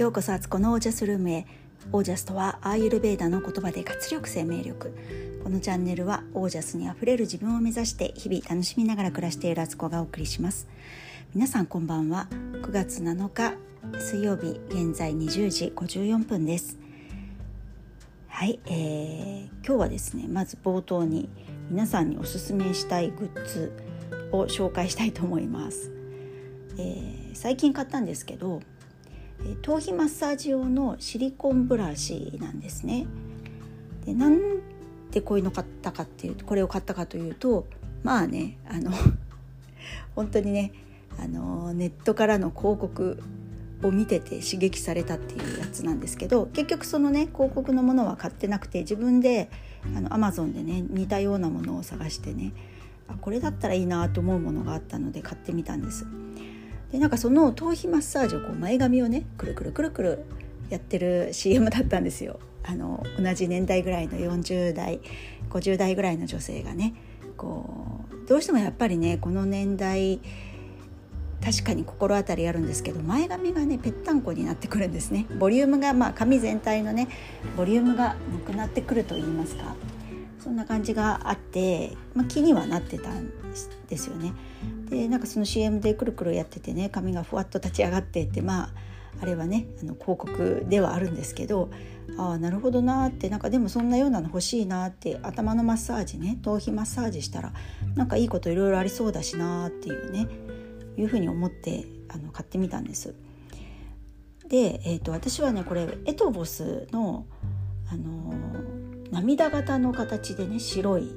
ようこそアツコのオージャスルームへ。オージャスとはアーユルベーダの言葉で活力生命力。このチャンネルはオージャスにあふれる自分を目指して日々楽しみながら暮らしているアツコがお送りします。皆さんこんばんは。9月7日水曜日、現在20時54分です。はい、今日はですね、まず冒頭に皆さんにおすすめしたいグッズを紹介したいと思います。最近買ったんですけど、頭皮マッサージ用のシリコンブラシなんですね。で、なんでこういうの買ったかっていうと、これを買ったかというと、まあね、本当にね、ネットからの広告を見てて刺激されたっていうやつなんですけど、結局そのね広告のものは買ってなくて、自分でAmazon でね似たようなものを探してね、これだったらいいなと思うものがあったので買ってみたんです。で、なんかその頭皮マッサージを前髪をねくるくるくるくるやってる CM だったんですよ。同じ年代ぐらいの40代50代ぐらいの女性がね、どうしてもやっぱりねこの年代確かに心当たりあるんですけど、前髪がねぺったんこになってくるんですね。ボリュームが、髪全体のねボリュームがなくなってくると言いますか、そんな感じがあって、気にはなってたんですよね。で、なんかその CM でくるくるやっててね、髪がふわっと立ち上がってって、あれはね広告ではあるんですけど、なるほどなって、なんかでもそんなようなの欲しいなって、頭のマッサージね、頭皮マッサージしたらなんかいいこといろいろありそうだしなっていうふうに思って買ってみたんです。で、私はねこれエトボスの涙型の形でね白い、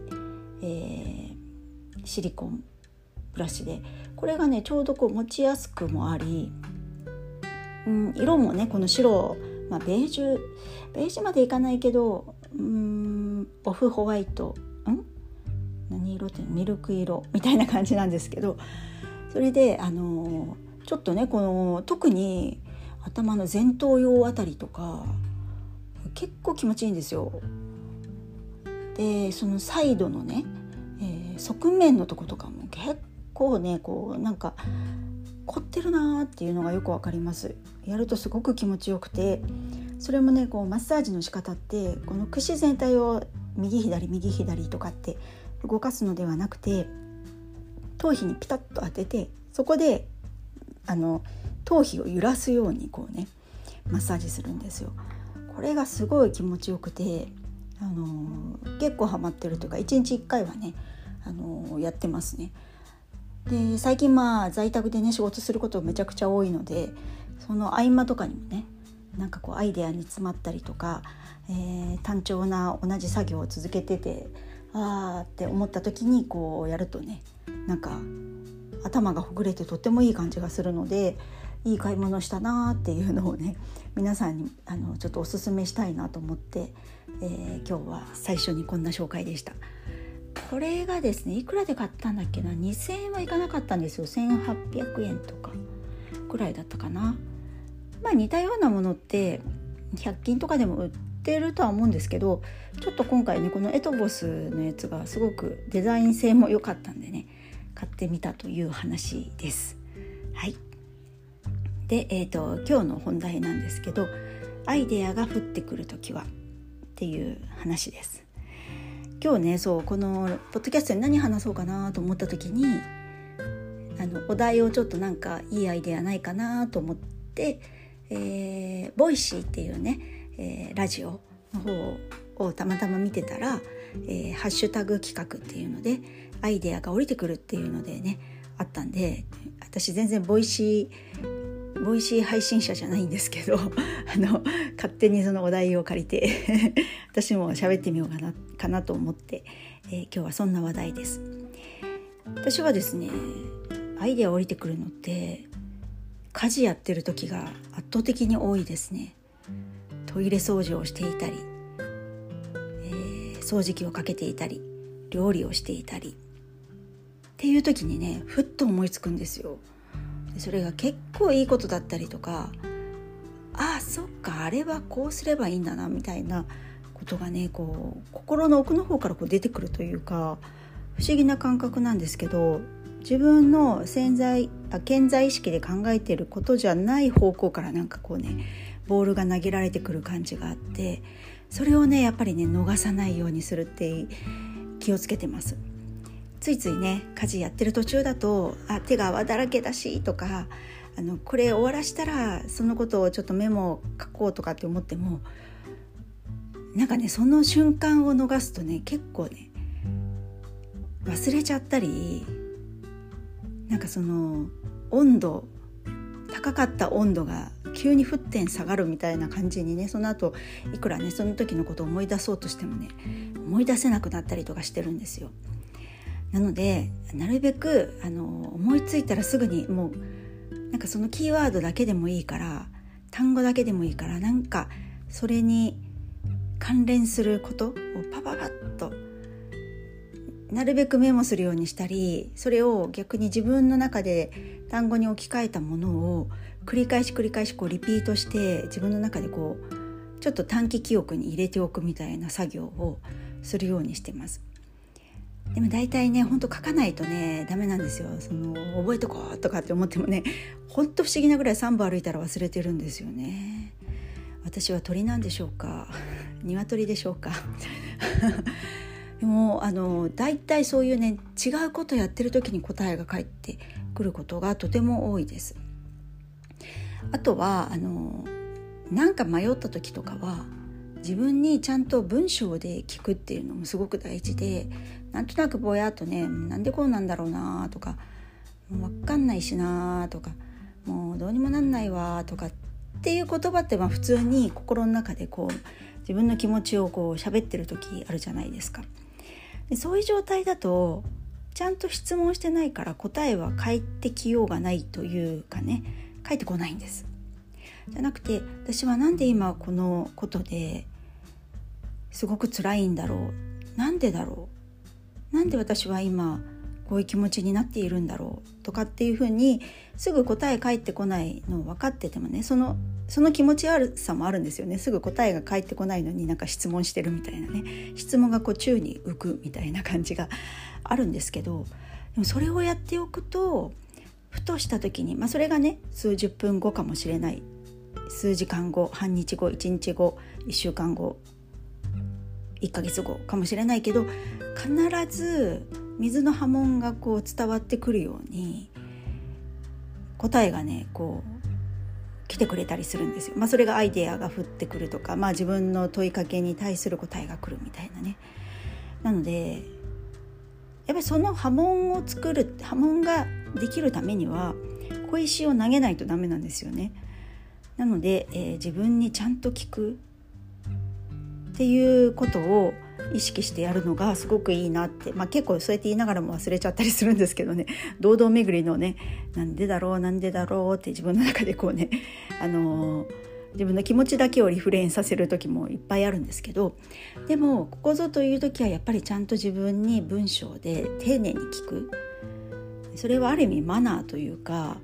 シリコンブラシで、これがねちょうど持ちやすくもあり、色もねこの白、ベージュまでいかないけど、オフホワイト、何色ってミルク色みたいな感じなんですけど、それでちょっとね特に頭の前頭葉あたりとか結構気持ちいいんですよ。で、そのサイドのね、側面のとことかも結構ねなんか凝ってるなっていうのがよくわかります。やるとすごく気持ちよくて、それもねマッサージの仕方って、この串全体を右左とかって動かすのではなくて、頭皮にピタッと当てて、そこで頭皮を揺らすようにマッサージするんですよ。これがすごい気持ちよくて、結構ハマってるというか、1日1回はねやってますね。で、最近在宅でね仕事することめちゃくちゃ多いので、その合間とかにもねなんかアイデアに詰まったりとか、単調な同じ作業を続けててって思った時にやるとね、なんか頭がほぐれてとってもいい感じがするので、いい買い物したなっていうのをね皆さんにちょっとおすすめしたいなと思って、今日は最初にこんな紹介でした。これがですね、いくらで買ったんだっけな、2000円はいかなかったんですよ。1800円とかくらいだったかな。似たようなものって100均とかでも売ってるとは思うんですけど、ちょっと今回ねこのエトボスのやつがすごくデザイン性も良かったんでね買ってみたという話です。はい。で、今日の本題なんですけど、アイデアが降ってくるときはっていう話です。今日ねこのポッドキャストに何話そうかなと思ったときに、お題をちょっとなんかいいアイデアないかなと思って、ボイシーっていうね、ラジオの方をたまたま見てたら、ハッシュタグ企画っていうのでアイデアが降りてくるっていうのでねあったんで、私全然ボイシー配信者じゃないんですけど勝手にそのお題を借りて私も喋ってみようかなと思って、今日はそんな話題です。私はですね、アイデア降りてくるのって家事やってる時が圧倒的に多いですね。トイレ掃除をしていたり、掃除機をかけていたり、料理をしていたりっていう時にねふっと思いつくんですよ。それが結構いいことだったりとか、そっか、あれはこうすればいいんだなみたいなことがね心の奥の方から出てくるというか、不思議な感覚なんですけど、自分の潜在意識で考えていることじゃない方向からなんかボールが投げられてくる感じがあって、それをねやっぱりね逃さないようにするって気をつけてます。ついついね家事やってる途中だと手が泡だらけだしとか、これ終わらしたらそのことをちょっとメモを書こうとかって思っても、なんかねその瞬間を逃すとね結構ね忘れちゃったり、なんかその高かった温度が急に沸点下がるみたいな感じにね、その後いくらねその時のことを思い出そうとしてもね思い出せなくなったりとかしてるんですよ。なのでなるべく思いついたらすぐにもうなんかそのキーワードだけでもいいから、単語だけでもいいから、なんかそれに関連することをパパパッとなるべくメモするようにしたり、それを逆に自分の中で単語に置き換えたものを繰り返しこうリピートして自分の中でこうちょっと短期記憶に入れておくみたいな作業をするようにしてます。でも大体ねほんと書かないとねダメなんですよ。覚えとこうとかって思ってもね、ほんと不思議なぐらい3歩歩いたら忘れてるんですよね。私は鳥なんでしょうか、鶏でしょうかでも大体そういうね違うことやってる時に答えが返ってくることがとても多いです。あとはなんか迷った時とかは自分にちゃんと文章で聞くっていうのもすごく大事で、なんとなくぼやっとねなんでこうなんだろうなとか、もう分かんないしなとか、もうどうにもなんないわとかっていう言葉って普通に心の中でこう自分の気持ちをこう喋ってる時あるじゃないですか。でそういう状態だとちゃんと質問してないから答えは返ってきようがないというかね、返ってこないんです。じゃなくて、私はなんで今このことですごく辛いんだろう、なんでだろう、なんで私は今こういう気持ちになっているんだろうとかっていうふうにすぐ答え返ってこないのを分かっててもね、その気持ち悪さもあるんですよね。すぐ答えが返ってこないのになんか質問してるみたいなね、質問がこう宙に浮くみたいな感じがあるんですけど、でもそれをやっておくとふとした時に、それがね数十分後かもしれない、数時間後、半日後、1日後、1週間後、1ヶ月後かもしれないけど、必ず水の波紋がこう伝わってくるように答えがねこう来てくれたりするんですよ。それがアイデアが降ってくるとか、自分の問いかけに対する答えが来るみたいなね。なのでやっぱりその波紋ができるためには小石を投げないとダメなんですよね。なので、自分にちゃんと聞くっていうことを意識してやるのがすごくいいなって、結構そうやって言いながらも忘れちゃったりするんですけどね、堂々巡りのね、なんでだろうって自分の中でこうね、自分の気持ちだけをリフレインさせる時もいっぱいあるんですけど、でもここぞという時はやっぱりちゃんと自分に文章で丁寧に聞く。それはある意味マナーというか、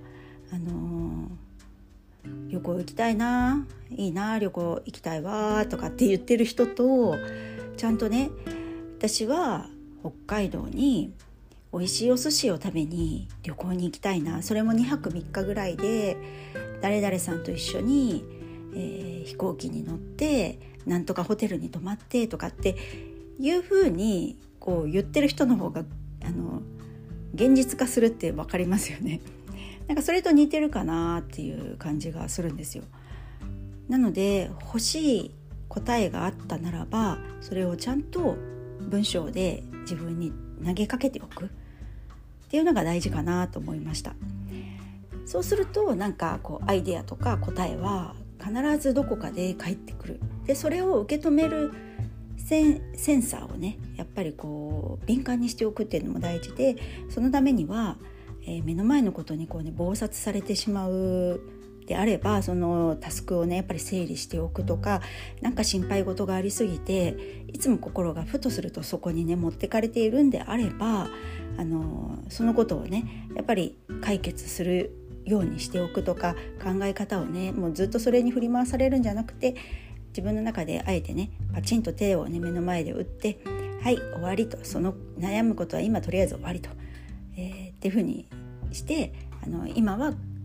旅行行きたいな、いいな、旅行行きたいわとかって言ってる人と、ちゃんとね、私は北海道に美味しいお寿司を食べに旅行に行きたいな、それも2泊3日ぐらいで誰々さんと一緒に、飛行機に乗ってなんとかホテルに泊まってとかっていう風にこう言ってる人の方が現実化するって分かりますよね。なんかそれと似てるかなっていう感じがするんですよ。なので欲しい答えがあったならば、それをちゃんと文章で自分に投げかけておくっていうのが大事かなと思いました。そうするとなんかこうアイデアとか答えは必ずどこかで返ってくる。でそれを受け止めるセンサーをねやっぱりこう敏感にしておくっていうのも大事で、そのためには、目の前のことにこうね忙殺されてしまうであれば、そのタスクをねやっぱり整理しておくとか、なんか心配事がありすぎていつも心がふとするとそこにね持ってかれているんであれば、そのことをねやっぱり解決するようにしておくとか、考え方をねもうずっとそれに振り回されるんじゃなくて、自分の中であえてねパチンと手をね目の前で打って、はい終わりと、その悩むことは今とりあえず終わりと、っていうふうにして今は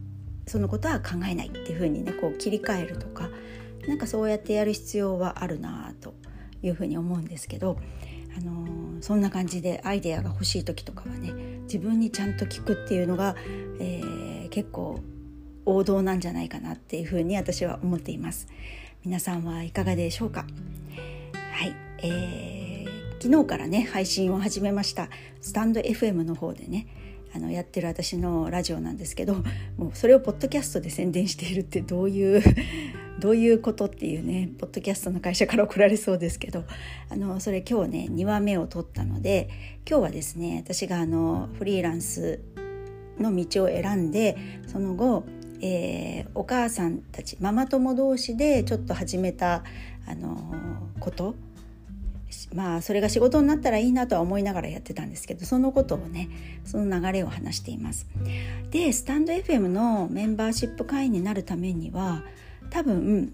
そのことは考えないっていう風にねこう切り替えるとか、なんかそうやってやる必要はあるなという風に思うんですけど、そんな感じでアイデアが欲しい時とかはね、自分にちゃんと聞くっていうのが、結構王道なんじゃないかなっていう風に私は思っています。皆さんはいかがでしょうか。はい、昨日からね配信を始めましたスタンド FM の方でねやってる私のラジオなんですけど、もうそれをポッドキャストで宣伝しているってどういうことっていうね、ポッドキャストの会社から怒られそうですけど、それ今日ね2話目を取ったので、今日はですね私がフリーランスの道を選んで、その後、お母さんたちママ友同士でちょっと始めたこと、それが仕事になったらいいなとは思いながらやってたんですけど、そのことをね、その流れを話しています。でスタンド FM のメンバーシップ会員になるためには多分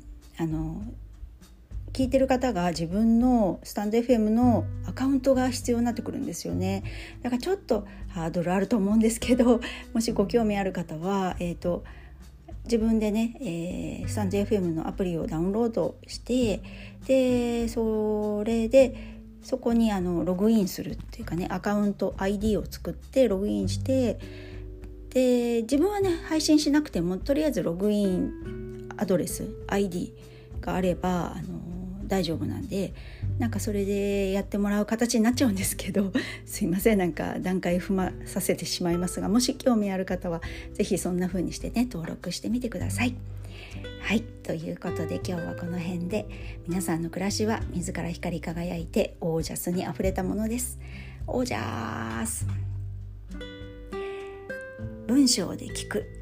聞いてる方が自分のスタンド FM のアカウントが必要になってくるんですよね。だからちょっとハードルあると思うんですけど、もしご興味ある方は、自分でね、スタンド FM のアプリをダウンロードして、でそれでそこにログインするっていうかね、アカウント ID を作ってログインして、で自分はね配信しなくてもとりあえずログインアドレス ID があれば大丈夫なんで、なんかそれでやってもらう形になっちゃうんですけど、すいません、なんか段階踏まさせてしまいますが、もし興味ある方はぜひそんな風にしてね登録してみてください。はい、ということで今日はこの辺で、皆さんの暮らしは自ら光り輝いてオージャスにあふれたものです。オージャス。文章で聞く